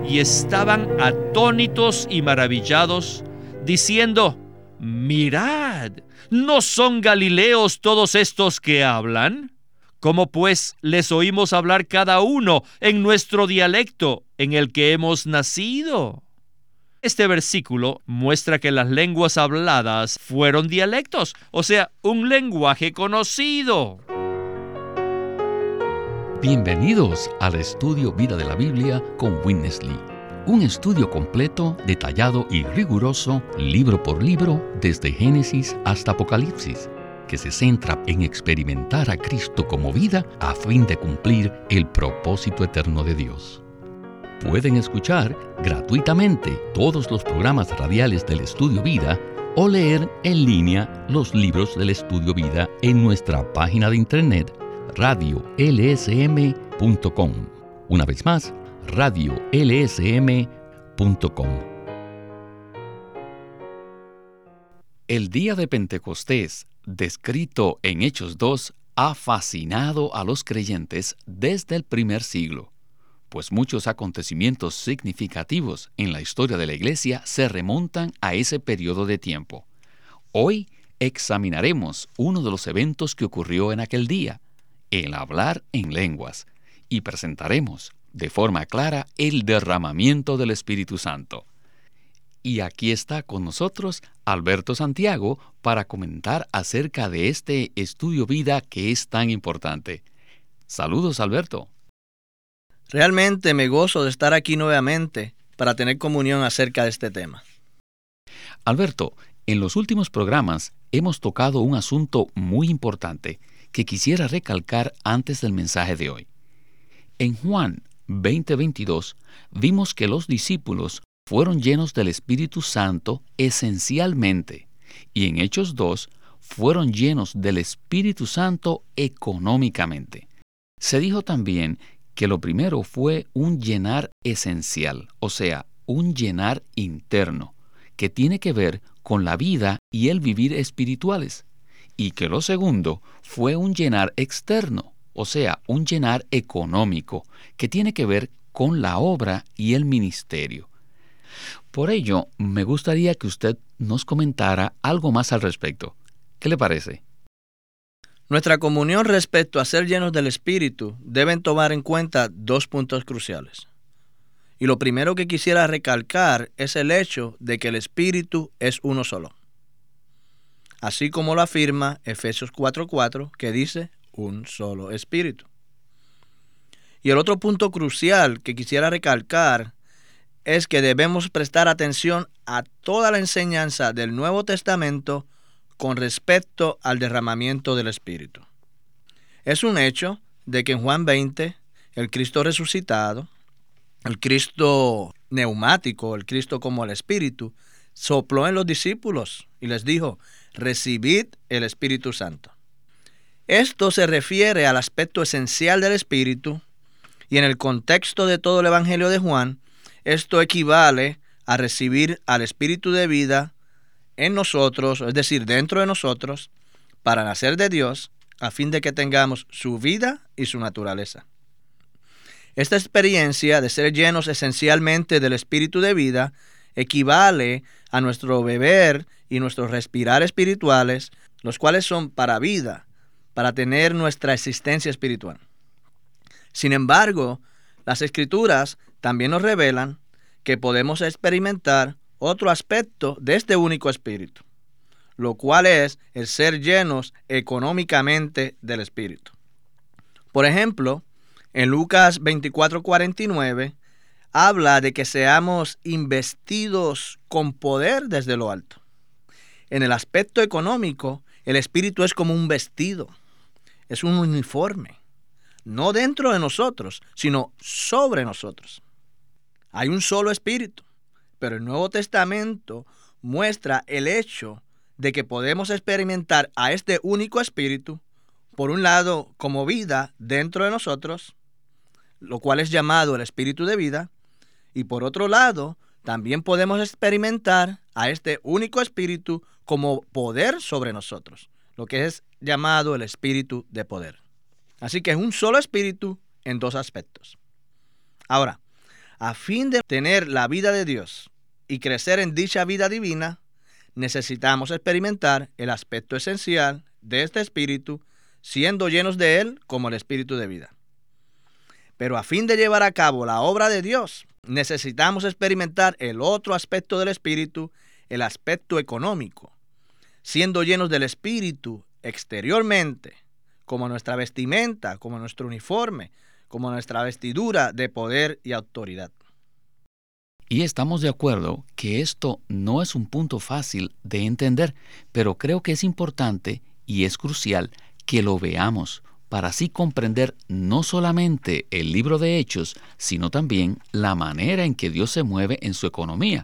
y estaban atónitos y maravillados, diciendo: «Mirad, ¿no son galileos todos estos que hablan? ¿Cómo pues les oímos hablar cada uno en nuestro dialecto en el que hemos nacido?» Este versículo muestra que las lenguas habladas fueron dialectos, o sea, un lenguaje conocido. Bienvenidos al estudio Vida de la Biblia con Witness Lee. Un estudio completo, detallado y riguroso, libro por libro, desde Génesis hasta Apocalipsis, que se centra en experimentar a Cristo como vida a fin de cumplir el propósito eterno de Dios. Pueden escuchar gratuitamente todos los programas radiales del Estudio Vida o leer en línea los libros del Estudio Vida en nuestra página de internet radiolsm.com. Una vez más, radiolsm.com. El día de Pentecostés, descrito en Hechos 2, ha fascinado a los creyentes desde el primer siglo, pues muchos acontecimientos significativos en la historia de la Iglesia se remontan a ese periodo de tiempo. Hoy examinaremos uno de los eventos que ocurrió en aquel día, el hablar en lenguas, y presentaremos de forma clara el derramamiento del Espíritu Santo. Y aquí está con nosotros Alberto Santiago para comentar acerca de este estudio vida que es tan importante. Saludos, Alberto. Realmente me gozo de estar aquí nuevamente para tener comunión acerca de este tema. Alberto, en los últimos programas hemos tocado un asunto muy importante que quisiera recalcar antes del mensaje de hoy. En Juan 20:22 vimos que los discípulos fueron llenos del Espíritu Santo esencialmente, y en Hechos 2 fueron llenos del Espíritu Santo económicamente. Se dijo también que lo primero fue un llenar esencial, o sea, un llenar interno, que tiene que ver con la vida y el vivir espirituales, y que lo segundo fue un llenar externo, o sea, un llenar económico, que tiene que ver con la obra y el ministerio. Por ello, me gustaría que usted nos comentara algo más al respecto. ¿Qué le parece? Nuestra comunión respecto a ser llenos del Espíritu deben tomar en cuenta dos puntos cruciales. Y lo primero que quisiera recalcar es el hecho de que el Espíritu es uno solo. Así como lo afirma Efesios 4:4, que dice un solo Espíritu. Y el otro punto crucial que quisiera recalcar es que debemos prestar atención a toda la enseñanza del Nuevo Testamento con respecto al derramamiento del Espíritu. Es un hecho de que en Juan 20, el Cristo resucitado, el Cristo neumático, el Cristo como el Espíritu, sopló en los discípulos y les dijo: recibid el Espíritu Santo. Esto se refiere al aspecto esencial del Espíritu, y en el contexto de todo el Evangelio de Juan, esto equivale a recibir al Espíritu de vida en nosotros, es decir, dentro de nosotros, para nacer de Dios, a fin de que tengamos su vida y su naturaleza. Esta experiencia de ser llenos esencialmente del Espíritu de vida equivale a nuestro beber y nuestro respirar espirituales, los cuales son para vida, para tener nuestra existencia espiritual. Sin embargo, las Escrituras también nos revelan que podemos experimentar otro aspecto de este único Espíritu, lo cual es el ser llenos económicamente del Espíritu. Por ejemplo, en Lucas 24:49 habla de que seamos investidos con poder desde lo alto. En el aspecto económico, el Espíritu es como un vestido, es un uniforme, no dentro de nosotros, sino sobre nosotros. Hay un solo Espíritu, pero el Nuevo Testamento muestra el hecho de que podemos experimentar a este único Espíritu, por un lado como vida dentro de nosotros, lo cual es llamado el Espíritu de vida, y por otro lado, también podemos experimentar a este único Espíritu como poder sobre nosotros, lo que es llamado el Espíritu de poder. Así que es un solo Espíritu en dos aspectos. Ahora, A fin de tener la vida de Dios y crecer en dicha vida divina, necesitamos experimentar el aspecto esencial de este espíritu, siendo llenos de él como el espíritu de vida. Pero a fin de llevar a cabo la obra de Dios, necesitamos experimentar el otro aspecto del espíritu, el aspecto económico, siendo llenos del espíritu exteriormente, como nuestra vestimenta, como nuestro uniforme, como nuestra vestidura de poder y autoridad. Y estamos de acuerdo que esto no es un punto fácil de entender, pero creo que es importante y es crucial que lo veamos para así comprender no solamente el libro de Hechos, sino también la manera en que Dios se mueve en su economía.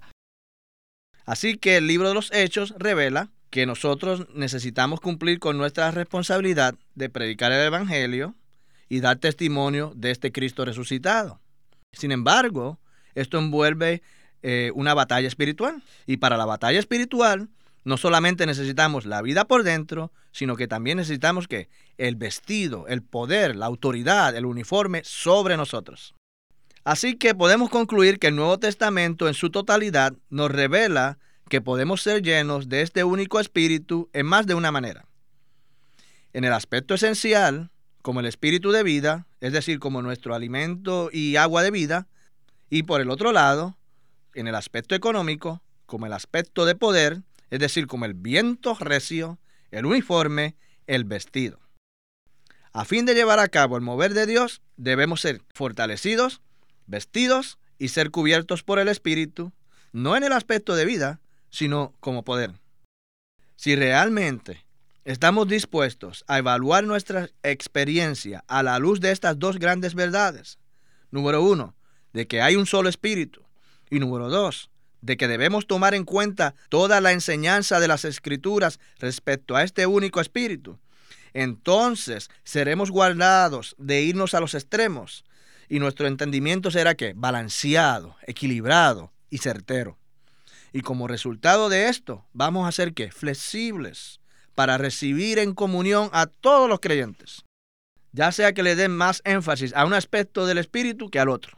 Así que el libro de los Hechos revela que nosotros necesitamos cumplir con nuestra responsabilidad de predicar el Evangelio y dar testimonio de este Cristo resucitado. Sin embargo, esto envuelve una batalla espiritual. Y para la batalla espiritual, no solamente necesitamos la vida por dentro, sino que también necesitamos que el vestido, el poder, la autoridad, el uniforme sobre nosotros. Así que podemos concluir que el Nuevo Testamento en su totalidad nos revela que podemos ser llenos de este único espíritu en más de una manera. En el aspecto esencial, como el espíritu de vida, es decir, como nuestro alimento y agua de vida, y por el otro lado, en el aspecto económico, como el aspecto de poder, es decir, como el viento recio, el uniforme, el vestido. A fin de llevar a cabo el mover de Dios, debemos ser fortalecidos, vestidos y ser cubiertos por el Espíritu, no en el aspecto de vida, sino como poder. Si realmente estamos dispuestos a evaluar nuestra experiencia a la luz de estas dos grandes verdades, número 1, de que hay un solo Espíritu, y número 2, de que debemos tomar en cuenta toda la enseñanza de las Escrituras respecto a este único Espíritu, entonces seremos guardados de irnos a los extremos y nuestro entendimiento será ¿qué? Balanceado, equilibrado y certero. Y como resultado de esto, vamos a ser ¿qué? Flexibles para recibir en comunión a todos los creyentes, ya sea que le den más énfasis a un aspecto del Espíritu que al otro.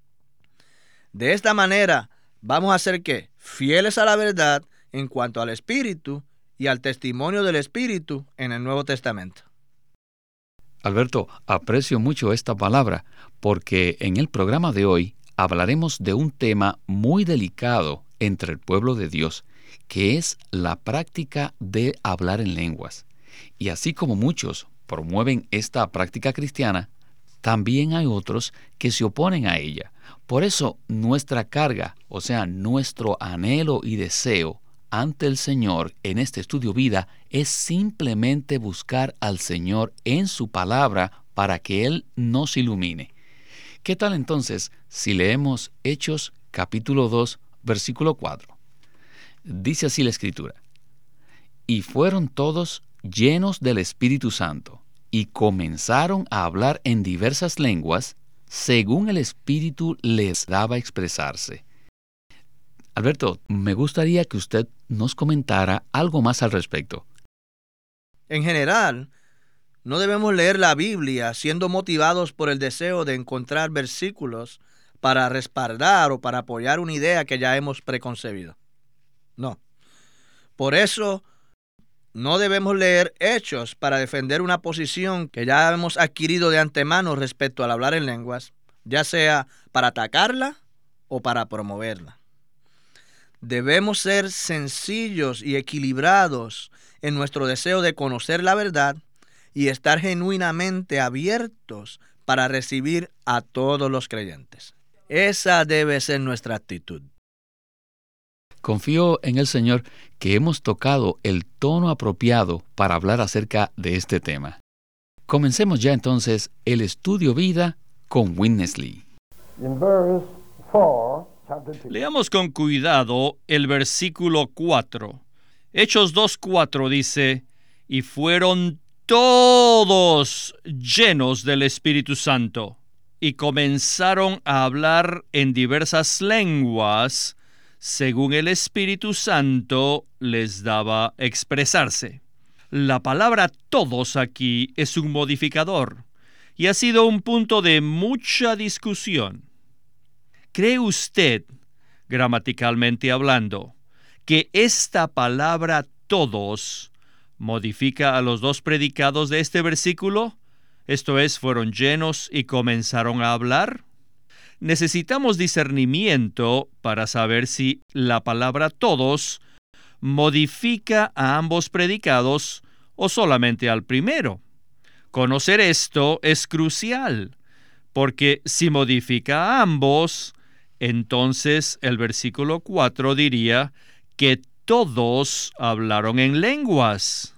De esta manera, vamos a ser ¿qué? Fieles a la verdad en cuanto al Espíritu y al testimonio del Espíritu en el Nuevo Testamento. Alberto, aprecio mucho esta palabra porque en el programa de hoy hablaremos de un tema muy delicado entre el pueblo de Dios, que es la práctica de hablar en lenguas. Y así como muchos promueven esta práctica cristiana, también hay otros que se oponen a ella. Por eso nuestra carga, o sea, nuestro anhelo y deseo ante el Señor en este estudio vida es simplemente buscar al Señor en su palabra para que Él nos ilumine. ¿Qué tal entonces si leemos Hechos capítulo 2, versículo 4? Dice así la Escritura: y fueron todos llenos del Espíritu Santo, y comenzaron a hablar en diversas lenguas, según el Espíritu les daba expresarse. Alberto, me gustaría que usted nos comentara algo más al respecto. En general, no debemos leer la Biblia siendo motivados por el deseo de encontrar versículos para respaldar o para apoyar una idea que ya hemos preconcebido. No. Por eso, no debemos leer Hechos para defender una posición que ya hemos adquirido de antemano respecto al hablar en lenguas, ya sea para atacarla o para promoverla. Debemos ser sencillos y equilibrados en nuestro deseo de conocer la verdad y estar genuinamente abiertos para recibir a todos los creyentes. Esa debe ser nuestra actitud. Confío en el Señor que hemos tocado el tono apropiado para hablar acerca de este tema. Comencemos ya entonces el estudio vida con Witness Lee. Leamos con cuidado el versículo 4. Hechos 2:4 dice: y fueron todos llenos del Espíritu Santo, y comenzaron a hablar en diversas lenguas, según el Espíritu Santo les daba expresarse. La palabra todos aquí es un modificador, y ha sido un punto de mucha discusión. ¿Cree usted, gramaticalmente hablando, que esta palabra todos modifica a los dos predicados de este versículo? Esto es, fueron llenos y comenzaron a hablar. Necesitamos discernimiento para saber si la palabra todos modifica a ambos predicados o solamente al primero. Conocer esto es crucial, porque si modifica a ambos, entonces el versículo 4 diría que todos hablaron en lenguas.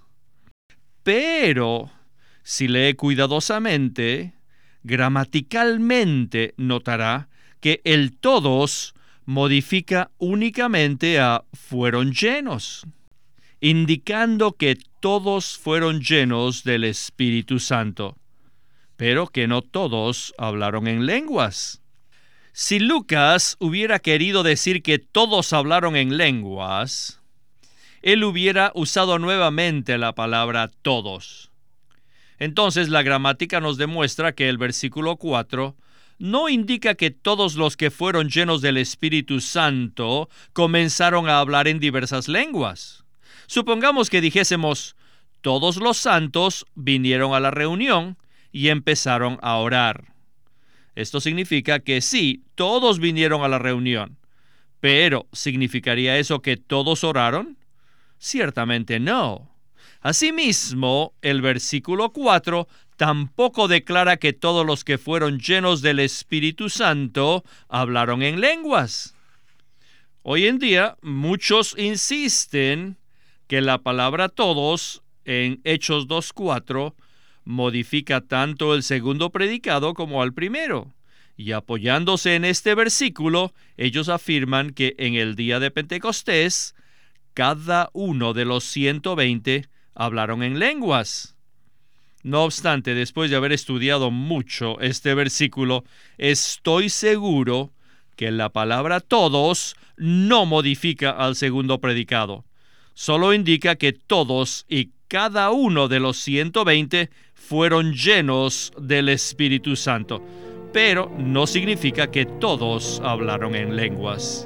Pero, si lee cuidadosamente, gramaticalmente notará que el todos modifica únicamente a fueron llenos, indicando que todos fueron llenos del Espíritu Santo, pero que no todos hablaron en lenguas. Si Lucas hubiera querido decir que todos hablaron en lenguas, él hubiera usado nuevamente la palabra todos. Entonces la gramática nos demuestra que el versículo 4 no indica que todos los que fueron llenos del Espíritu Santo comenzaron a hablar en diversas lenguas. Supongamos que dijésemos, todos los santos vinieron a la reunión y empezaron a orar. Esto significa que sí, todos vinieron a la reunión, pero ¿significaría eso que todos oraron? Ciertamente no. Asimismo, el versículo 4 tampoco declara que todos los que fueron llenos del Espíritu Santo hablaron en lenguas. Hoy en día, muchos insisten que la palabra todos en Hechos 2:4 modifica tanto el segundo predicado como al primero. Y apoyándose en este versículo, ellos afirman que en el día de Pentecostés, cada uno de los 120 hablaron en lenguas. No obstante, después de haber estudiado mucho este versículo, estoy seguro que la palabra todos no modifica al segundo predicado. Solo indica que todos y cada uno de los 120 fueron llenos del Espíritu Santo, pero no significa que todos hablaron en lenguas.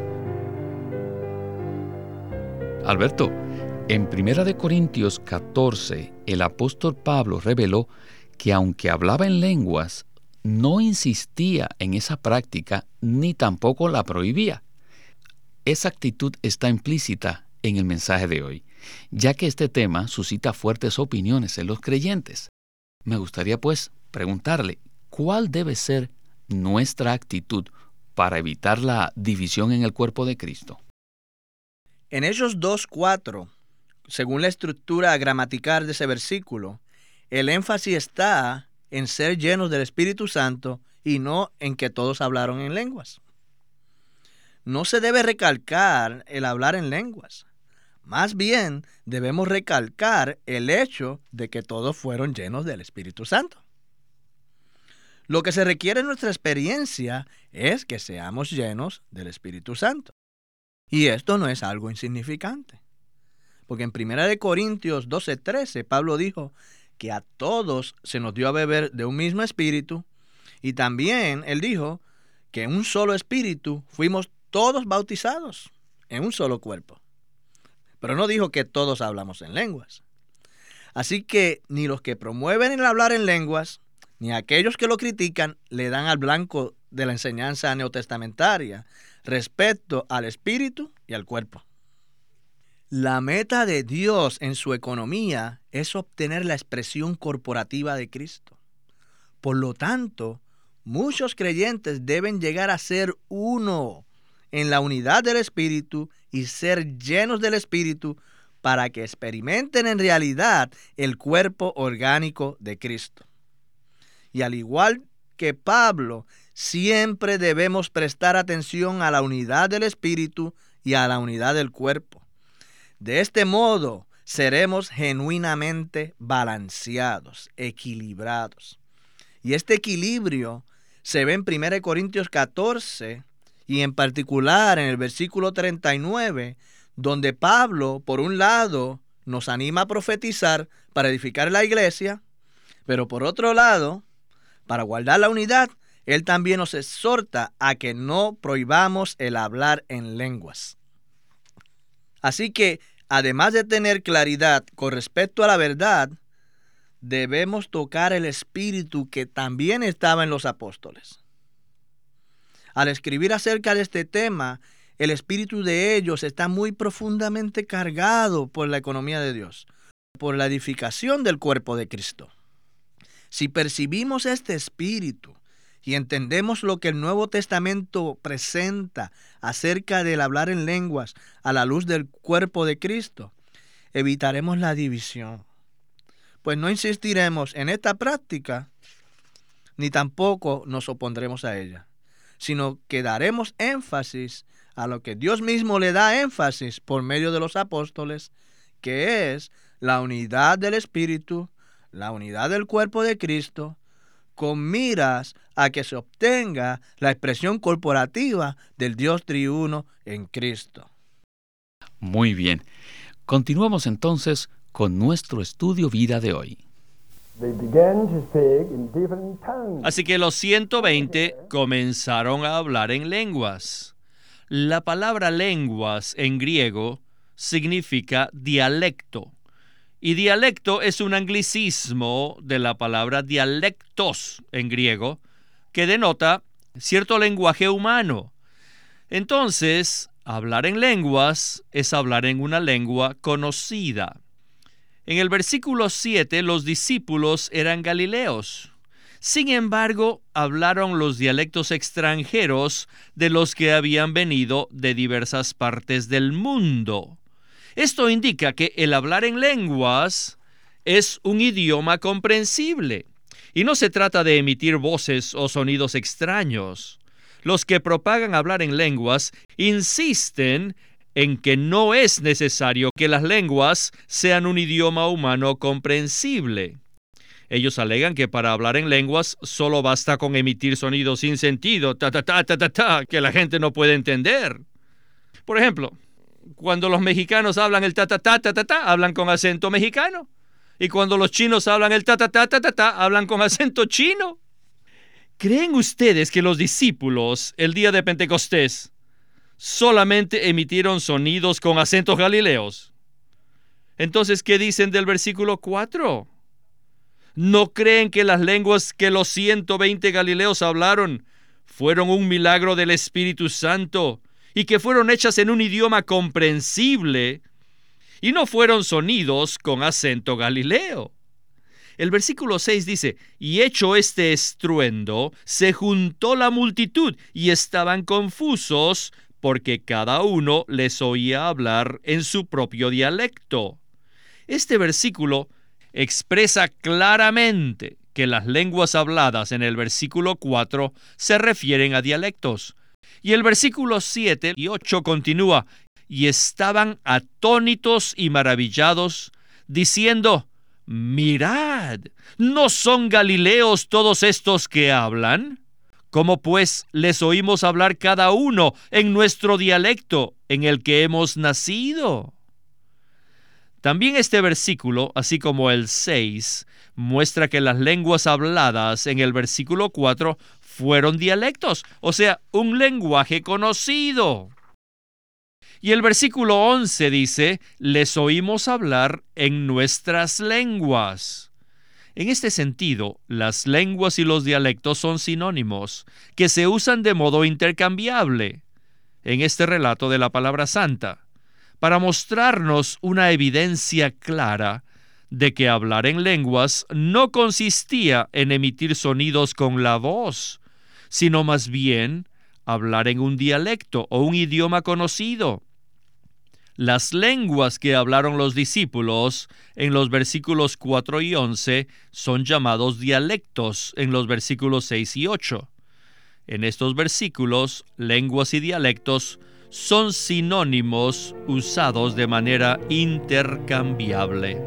Alberto, en 1 Corintios 14, el apóstol Pablo reveló que aunque hablaba en lenguas, no insistía en esa práctica ni tampoco la prohibía. Esa actitud está implícita en el mensaje de hoy, ya que este tema suscita fuertes opiniones en los creyentes. Me gustaría, pues, preguntarle, ¿cuál debe ser nuestra actitud para evitar la división en el cuerpo de Cristo? En Hechos 2:4, según la estructura gramatical de ese versículo, el énfasis está en ser llenos del Espíritu Santo y no en que todos hablaron en lenguas. No se debe recalcar el hablar en lenguas. Más bien, debemos recalcar el hecho de que todos fueron llenos del Espíritu Santo. Lo que se requiere en nuestra experiencia es que seamos llenos del Espíritu Santo. Y esto no es algo insignificante. Porque en 1 Corintios 12:13, Pablo dijo que a todos se nos dio a beber de un mismo espíritu. Y también él dijo que en un solo espíritu fuimos todos bautizados en un solo cuerpo. Pero no dijo que todos hablamos en lenguas. Así que ni los que promueven el hablar en lenguas, ni aquellos que lo critican, le dan al blanco de la enseñanza neotestamentaria respecto al espíritu y al cuerpo. La meta de Dios en su economía es obtener la expresión corporativa de Cristo. Por lo tanto, muchos creyentes deben llegar a ser uno en la unidad del Espíritu y ser llenos del Espíritu para que experimenten en realidad el cuerpo orgánico de Cristo. Y al igual que Pablo, siempre debemos prestar atención a la unidad del Espíritu y a la unidad del cuerpo. De este modo, seremos genuinamente balanceados, equilibrados. Y este equilibrio se ve en 1 Corintios 14 y en particular en el versículo 39, donde Pablo, por un lado, nos anima a profetizar para edificar la iglesia, pero por otro lado, para guardar la unidad, Él también nos exhorta a que no prohibamos el hablar en lenguas. Así que, además de tener claridad con respecto a la verdad, debemos tocar el espíritu que también estaba en los apóstoles. Al escribir acerca de este tema, el espíritu de ellos está muy profundamente cargado por la economía de Dios, por la edificación del cuerpo de Cristo. Si percibimos este espíritu y entendemos lo que el Nuevo Testamento presenta acerca del hablar en lenguas a la luz del cuerpo de Cristo, evitaremos la división. Pues no insistiremos en esta práctica, ni tampoco nos opondremos a ella, sino que daremos énfasis a lo que Dios mismo le da énfasis por medio de los apóstoles, que es la unidad del Espíritu, la unidad del cuerpo de Cristo, con miras a que se obtenga la expresión corporativa del Dios triuno en Cristo. Muy bien. Continuamos entonces con nuestro estudio vida de hoy. Así que los 120 comenzaron a hablar en lenguas. La palabra lenguas en griego significa dialecto. Y dialecto es un anglicismo de la palabra dialectos en griego, que denota cierto lenguaje humano. Entonces, hablar en lenguas es hablar en una lengua conocida. En el versículo 7, los discípulos eran galileos. Sin embargo, hablaron los dialectos extranjeros de los que habían venido de diversas partes del mundo. Esto indica que el hablar en lenguas es un idioma comprensible. Y no se trata de emitir voces o sonidos extraños. Los que propagan hablar en lenguas insisten en que no es necesario que las lenguas sean un idioma humano comprensible. Ellos alegan que para hablar en lenguas solo basta con emitir sonidos sin sentido, que la gente no puede entender. Por ejemplo, cuando los mexicanos hablan el hablan con acento mexicano. Y cuando los chinos hablan el hablan con acento chino. ¿Creen ustedes que los discípulos, el día de Pentecostés, solamente emitieron sonidos con acentos galileos? Entonces, ¿qué dicen del versículo 4? ¿No creen que las lenguas que los 120 galileos hablaron fueron un milagro del Espíritu Santo y que fueron hechas en un idioma comprensible y no fueron sonidos con acento galileo? El versículo 6 dice, y hecho este estruendo, se juntó la multitud y estaban confusos porque cada uno les oía hablar en su propio dialecto. Este versículo expresa claramente que las lenguas habladas en el versículo 4 se refieren a dialectos. Y el versículo 7 y 8 continúa, y estaban atónitos y maravillados, diciendo, mirad, ¿no son galileos todos estos que hablan? ¿Cómo pues les oímos hablar cada uno en nuestro dialecto en el que hemos nacido? También este versículo, así como el 6, muestra que las lenguas habladas en el versículo 4 fueron dialectos, o sea, un lenguaje conocido. Y el versículo 11 dice, les oímos hablar en nuestras lenguas. En este sentido, las lenguas y los dialectos son sinónimos, que se usan de modo intercambiable en este relato de la palabra santa, para mostrarnos una evidencia clara de que hablar en lenguas no consistía en emitir sonidos con la voz, sino más bien hablar en un dialecto o un idioma conocido. Las lenguas que hablaron los discípulos en los versículos 4 y 11 son llamados dialectos en los versículos 6 y 8. En estos versículos, lenguas y dialectos son sinónimos usados de manera intercambiable.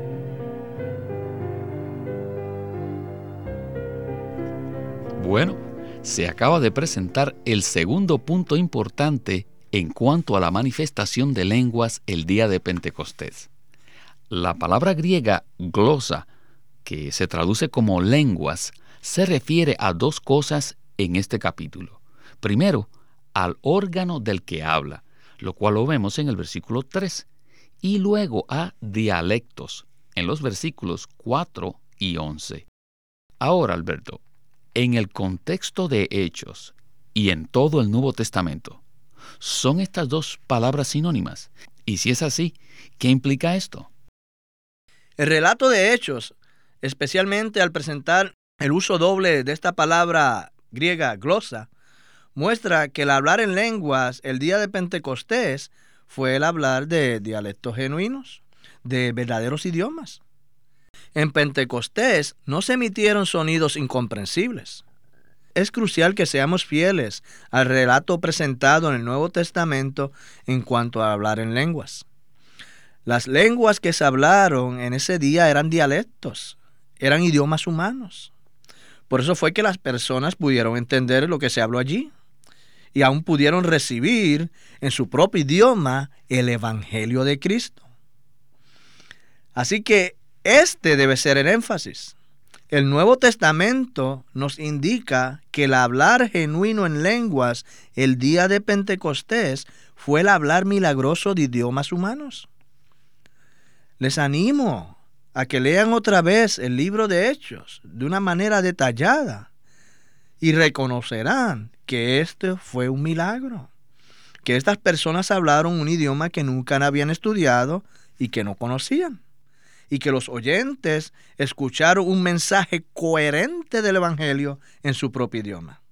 Bueno, se acaba de presentar el segundo punto importante en cuanto a la manifestación de lenguas el día de Pentecostés. La palabra griega glosa, que se traduce como lenguas, se refiere a dos cosas en este capítulo. Primero, al órgano del que habla, lo cual lo vemos en el versículo 3, y luego a dialectos, en los versículos 4 y 11. Ahora, Alberto, en el contexto de Hechos y en todo el Nuevo Testamento, ¿son estas dos palabras sinónimas? Y si es así, ¿qué implica esto? El relato de Hechos, especialmente al presentar el uso doble de esta palabra griega glosa, muestra que el hablar en lenguas el día de Pentecostés fue el hablar de dialectos genuinos, de verdaderos idiomas. En Pentecostés no se emitieron sonidos incomprensibles. Es crucial que seamos fieles al relato presentado en el Nuevo Testamento en cuanto a hablar en lenguas. Las lenguas que se hablaron en ese día eran dialectos, eran idiomas humanos. Por eso fue que las personas pudieron entender lo que se habló allí y aún pudieron recibir en su propio idioma el Evangelio de Cristo. Así que este debe ser el énfasis. El Nuevo Testamento nos indica que el hablar genuino en lenguas el día de Pentecostés fue el hablar milagroso de idiomas humanos. Les animo a que lean otra vez el libro de Hechos de una manera detallada y reconocerán que este fue un milagro, que estas personas hablaron un idioma que nunca habían estudiado y que no conocían, y que los oyentes escucharon un mensaje coherente del Evangelio en su propio idioma.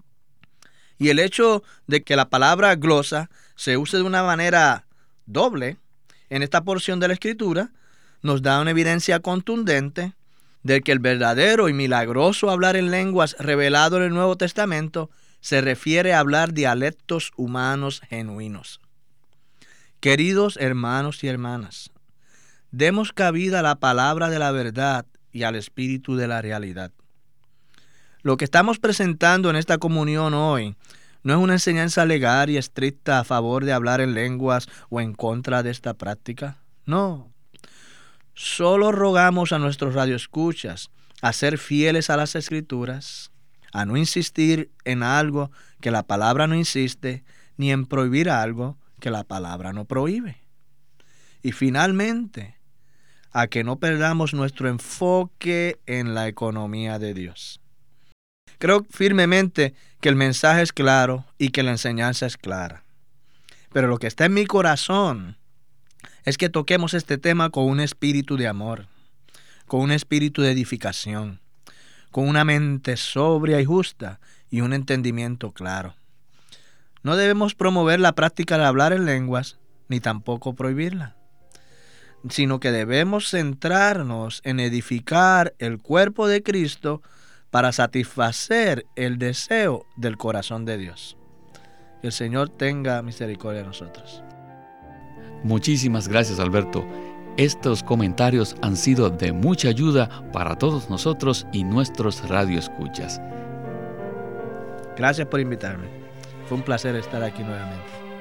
Y el hecho de que la palabra glosa se use de una manera doble en esta porción de la Escritura nos da una evidencia contundente de que el verdadero y milagroso hablar en lenguas revelado en el Nuevo Testamento se refiere a hablar dialectos humanos genuinos. Queridos hermanos y hermanas, demos cabida a la palabra de la verdad y al espíritu de la realidad. Lo que estamos presentando en esta comunión hoy no es una enseñanza legal y estricta a favor de hablar en lenguas o en contra de esta práctica. No. Solo rogamos a nuestros radioescuchas a ser fieles a las Escrituras, a no insistir en algo que la palabra no insiste, ni en prohibir algo que la palabra no prohíbe. Y finalmente, a que no perdamos nuestro enfoque en la economía de Dios. Creo firmemente que el mensaje es claro y que la enseñanza es clara. Pero lo que está en mi corazón es que toquemos este tema con un espíritu de amor, con un espíritu de edificación, con una mente sobria y justa y un entendimiento claro. No debemos promover la práctica de hablar en lenguas, ni tampoco prohibirla, sino que debemos centrarnos en edificar el cuerpo de Cristo para satisfacer el deseo del corazón de Dios. Que el Señor tenga misericordia de nosotros. Muchísimas gracias, Alberto. Estos comentarios han sido de mucha ayuda para todos nosotros y nuestros radioescuchas. Gracias por invitarme. Fue un placer estar aquí nuevamente.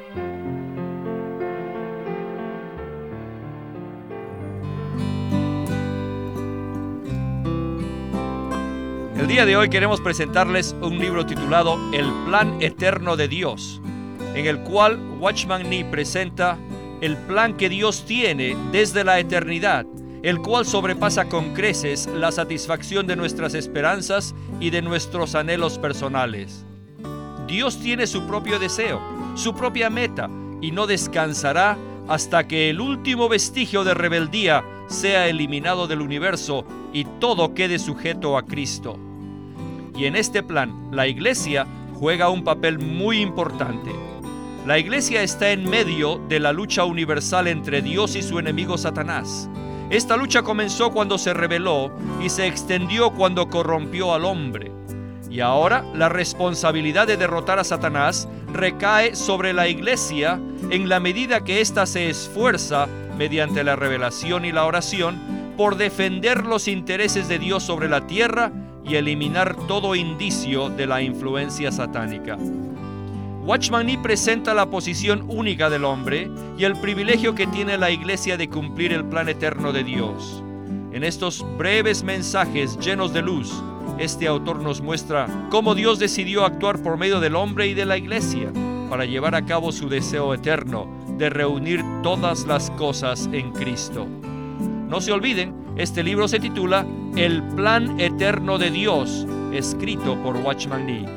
El día de hoy queremos presentarles un libro titulado El Plan Eterno de Dios, en el cual Watchman Nee presenta el plan que Dios tiene desde la eternidad, el cual sobrepasa con creces la satisfacción de nuestras esperanzas y de nuestros anhelos personales. Dios tiene su propio deseo, su propia meta, y no descansará hasta que el último vestigio de rebeldía sea eliminado del universo y todo quede sujeto a Cristo. Y en este plan, la Iglesia juega un papel muy importante. La Iglesia está en medio de la lucha universal entre Dios y su enemigo Satanás. Esta lucha comenzó cuando se rebeló y se extendió cuando corrompió al hombre. Y ahora la responsabilidad de derrotar a Satanás recae sobre la Iglesia en la medida que ésta se esfuerza, mediante la revelación y la oración, por defender los intereses de Dios sobre la tierra y eliminar todo indicio de la influencia satánica. Watchman Nee presenta la posición única del hombre y el privilegio que tiene la Iglesia de cumplir el plan eterno de Dios. En estos breves mensajes llenos de luz, este autor nos muestra cómo Dios decidió actuar por medio del hombre y de la iglesia para llevar a cabo su deseo eterno de reunir todas las cosas en Cristo. No se olviden, este libro se titula El Plan Eterno de Dios, escrito por Watchman Nee.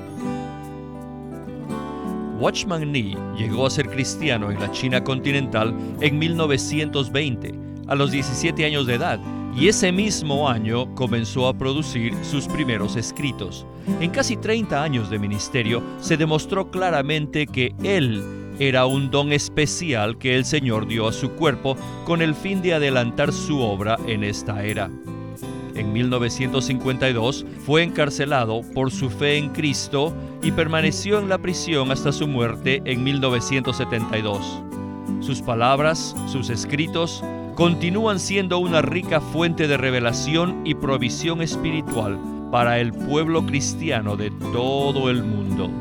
Watchman Nee llegó a ser cristiano en la China continental en 1920, a los 17 años de edad, y ese mismo año comenzó a producir sus primeros escritos. En casi 30 años de ministerio se demostró claramente que él era un don especial que el Señor dio a su cuerpo con el fin de adelantar su obra en esta era. En 1952 fue encarcelado por su fe en Cristo y permaneció en la prisión hasta su muerte en 1972. Sus palabras, sus escritos, continúan siendo una rica fuente de revelación y provisión espiritual para el pueblo cristiano de todo el mundo.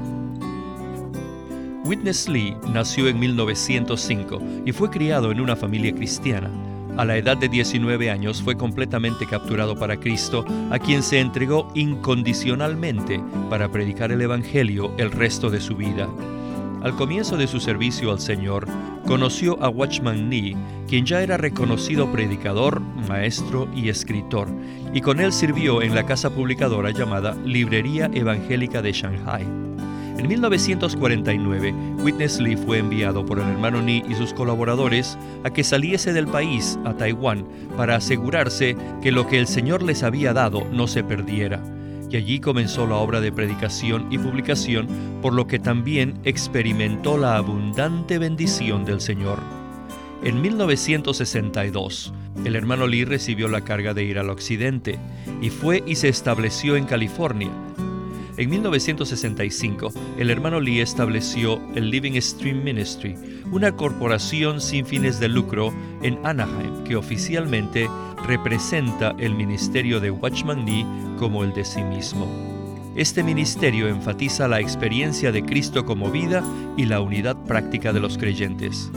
Witness Lee nació en 1905 y fue criado en una familia cristiana. A la edad de 19 años fue completamente capturado para Cristo, a quien se entregó incondicionalmente para predicar el Evangelio el resto de su vida. Al comienzo de su servicio al Señor, conoció a Watchman Nee, quien ya era reconocido predicador, maestro y escritor, y con él sirvió en la casa publicadora llamada Librería Evangélica de Shanghai. En 1949, Witness Lee fue enviado por el hermano Nee y sus colaboradores a que saliese del país a Taiwán para asegurarse que lo que el Señor les había dado no se perdiera. Y allí comenzó la obra de predicación y publicación, por lo que también experimentó la abundante bendición del Señor. En 1962, el hermano Lee recibió la carga de ir al occidente y fue y se estableció en California. En 1965, el hermano Lee estableció el Living Stream Ministry, una corporación sin fines de lucro en Anaheim que oficialmente representa el ministerio de Watchman Nee como el de sí mismo. Este ministerio enfatiza la experiencia de Cristo como vida y la unidad práctica de los creyentes.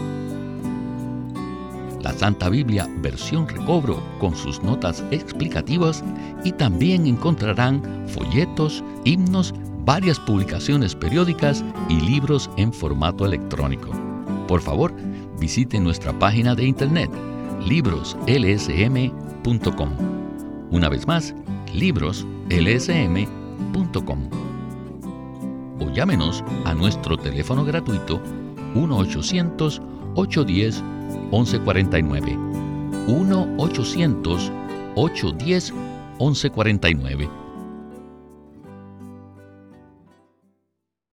La Santa Biblia versión recobro con sus notas explicativas, y también encontrarán folletos, himnos, varias publicaciones periódicas y libros en formato electrónico. Por favor, visite nuestra página de internet libroslsm.com. Una vez más, libroslsm.com. O llámenos a nuestro teléfono gratuito 1-800-810-1149. 1-800-810-1149.